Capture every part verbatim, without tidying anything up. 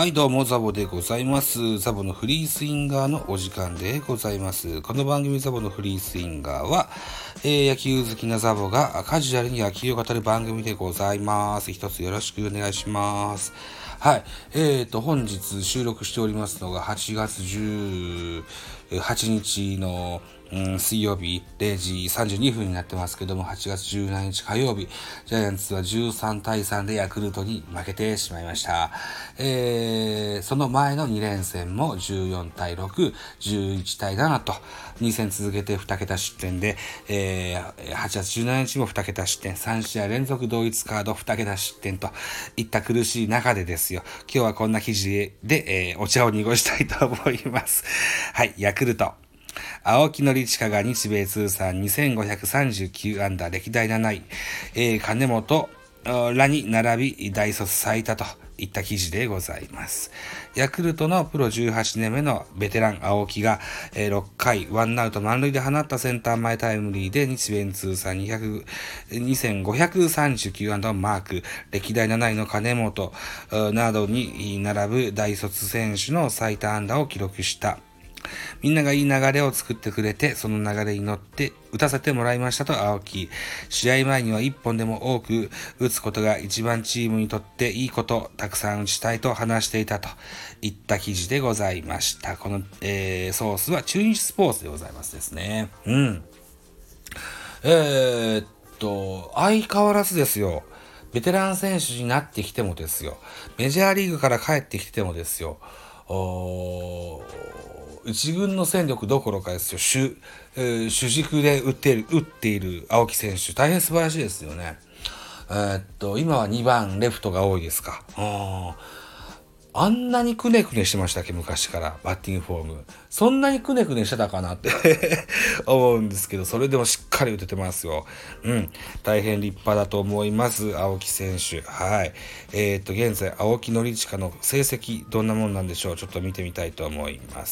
はいどうもザボでございます。ザボのフリースインガーのお時間でございます。この番組ザボのフリースインガーは、えー、野球好きなザボがカジュアルに野球を語る番組でございます。一つよろしくお願いします。はい。えーと、本日収録しておりますのがはちがつじゅうはちにちの、うん、水曜日れいじさんじゅうにふんになってますけども、はちがつじゅうしちにち火曜日、ジャイアンツはじゅうさんたいさんでヤクルトに負けてしまいました。えー、その前のにれんせんもじゅうよんたいろく、じゅういちたいななとにせん続けてにけた失点で、えー、はちがつじゅうしちにちもにけた失点、さんしあい連続同一カードにけた失点といった苦しい中でですよ、今日はこんな記事で、えー、お茶を濁したいと思います。はい、ヤクルト。青木宣親が日米通算にせんごひゃくさんじゅうきゅうあんだ歴代なない、えー、金本らに並び大卒最多といった記事でございます。ヤクルトのプロじゅうはちねんめのベテラン青木が、えー、ろっかいワンアウト満塁で放ったセンター前タイムリーで日米通算にせんごひゃくさんじゅうきゅうあんだをマーク、歴代なないの金本などに並ぶ大卒選手の最多安打を記録した。みんながいい流れを作ってくれて、その流れに乗って打たせてもらいましたと青木。試合前には一本でも多く打つことが一番チームにとっていいこと、たくさん打ちたいと話していたといった記事でございました。この、えー、ソースは中日スポーツでございますですね。うん。えー、っと、相変わらずですよ。ベテラン選手になってきてもですよ。メジャーリーグから帰ってきてもですよ。おー一軍の戦力どころかですよ、主、えー、主軸で打っている、打っている青木選手、大変素晴らしいですよね。えー、っと、今はにばんレフトが多いですか。ああんなにくねくねしてましたっけ、昔から、バッティングフォーム。そんなにくねくねしてたかなって思うんですけど、それでもしっかり打ててますよ。うん。大変立派だと思います、青木選手。はい。えー、っと、現在、青木宣親の成績、どんなもんなんでしょう。ちょっと見てみたいと思います。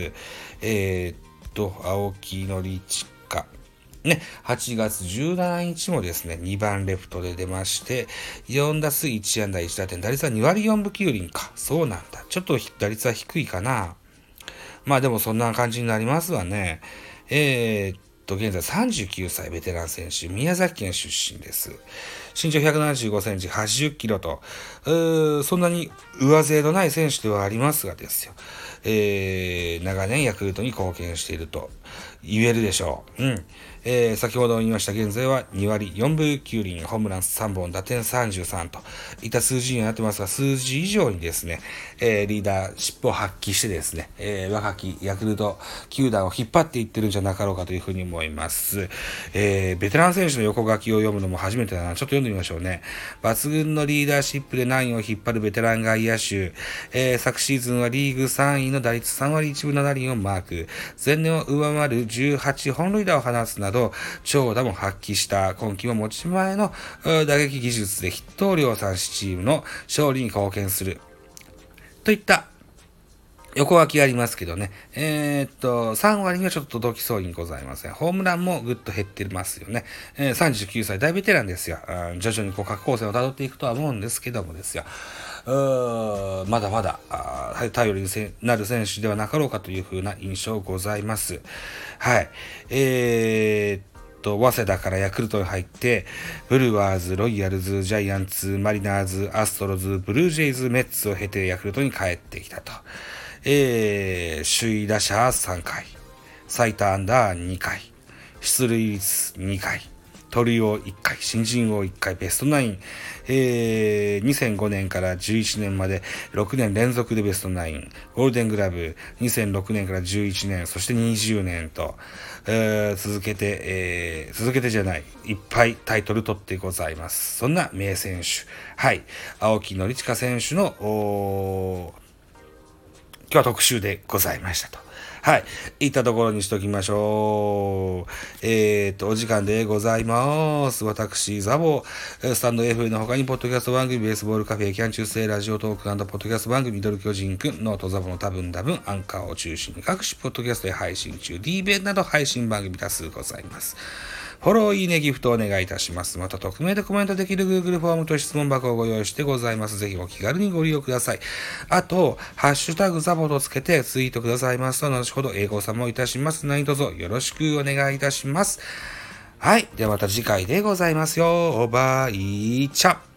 えー、っと、青木宣親。ね、はちがつじゅうしちにちもですね、にばんレフトで出まして、よんだすいいちあんだいちだてん、打率はにわりよんぶきゅうりんか。そうなんだ。ちょっと打率は低いかな。まあでもそんな感じになりますわね。えー、っと、現在さんじゅうきゅうさいベテラン選手、宮崎県出身です。身長ひゃくななじゅうごセンチ、はちじゅっキロと、うーそんなに上背のない選手ではありますがですよ。えー、長年ヤクルトに貢献していると言えるでしょう。うん。えー、先ほど言いました現在はにわりよんぶきゅうりん、ホームランさんぼん、打点さんじゅうさんといった数字になってますが、数字以上にですね、えー、リーダーシップを発揮してですね、えー、若きヤクルト球団を引っ張っていってるんじゃなかろうかというふうに思います。えー、ベテラン選手の横書きを読むのも初めてだな。ちょっと読んでみましょうね。抜群のリーダーシップでナインを引っ張るベテラン外野手、えー、昨シーズンはリーグさんいの打率さんわりいちぶななりんをマーク、前年を上回るじゅうはちほんるいだを放つなど、長打も発揮した今季も持ち前の打撃技術でヒットを量産しチームの勝利に貢献するといった横書きありますけどね。えー、っと、さんわりにはちょっと届きそうにございません。ホームランもぐっと減ってますよね。えー、さんじゅうきゅうさい大ベテランですよ。徐々にこう下降線を辿っていくとは思うんですけどもですよ。うーまだまだ頼りになる選手ではなかろうかというふうな印象ございます。はい。えー早稲田からヤクルトに入って、ブルワーズ、ロイヤルズ、ジャイアンツ、マリナーズ、アストロズ、ブルージェイズ、メッツを経てヤクルトに帰ってきたと。えー、首位打者さんかい、最多安打にかい、出塁率にかい、鳥王いっかい、新人王いっかい、ベストナイン、えー、にせんごねんからじゅういちねんまでろくねん連続でベストナイン、ゴールデングラブ、にせんろくねんからじゅういちねん、そしてにじゅうねんと、えー、続けて、えー、続けてじゃない、いっぱいタイトル取ってございます。そんな名選手。はい。青木宣親選手の、今日は特集でございましたと。はい。いったところにしときましょう。えーと、お時間でございます。私、ザボ、スタンド エフエム の他に、ポッドキャスト番組、ベースボールカフェ、キャン中世ラジオトーク&ポッドキャスト番組、ミドル巨人くん、ノートザボの多分多分、アンカーを中心に各種ポッドキャストで配信中、D 弁など配信番組多数ございます。 フォロー、いいね、ギフトお願いいたします。また、匿名でコメントできる Google フォームと質問箱をご用意してございます。ぜひお気軽にご利用ください。あと、ハッシュタグザボとつけてツイートくださいますと、後ほど英語さもいたします。何卒よろしくお願いいたします。はい。ではまた次回でございますよ。バイチャ。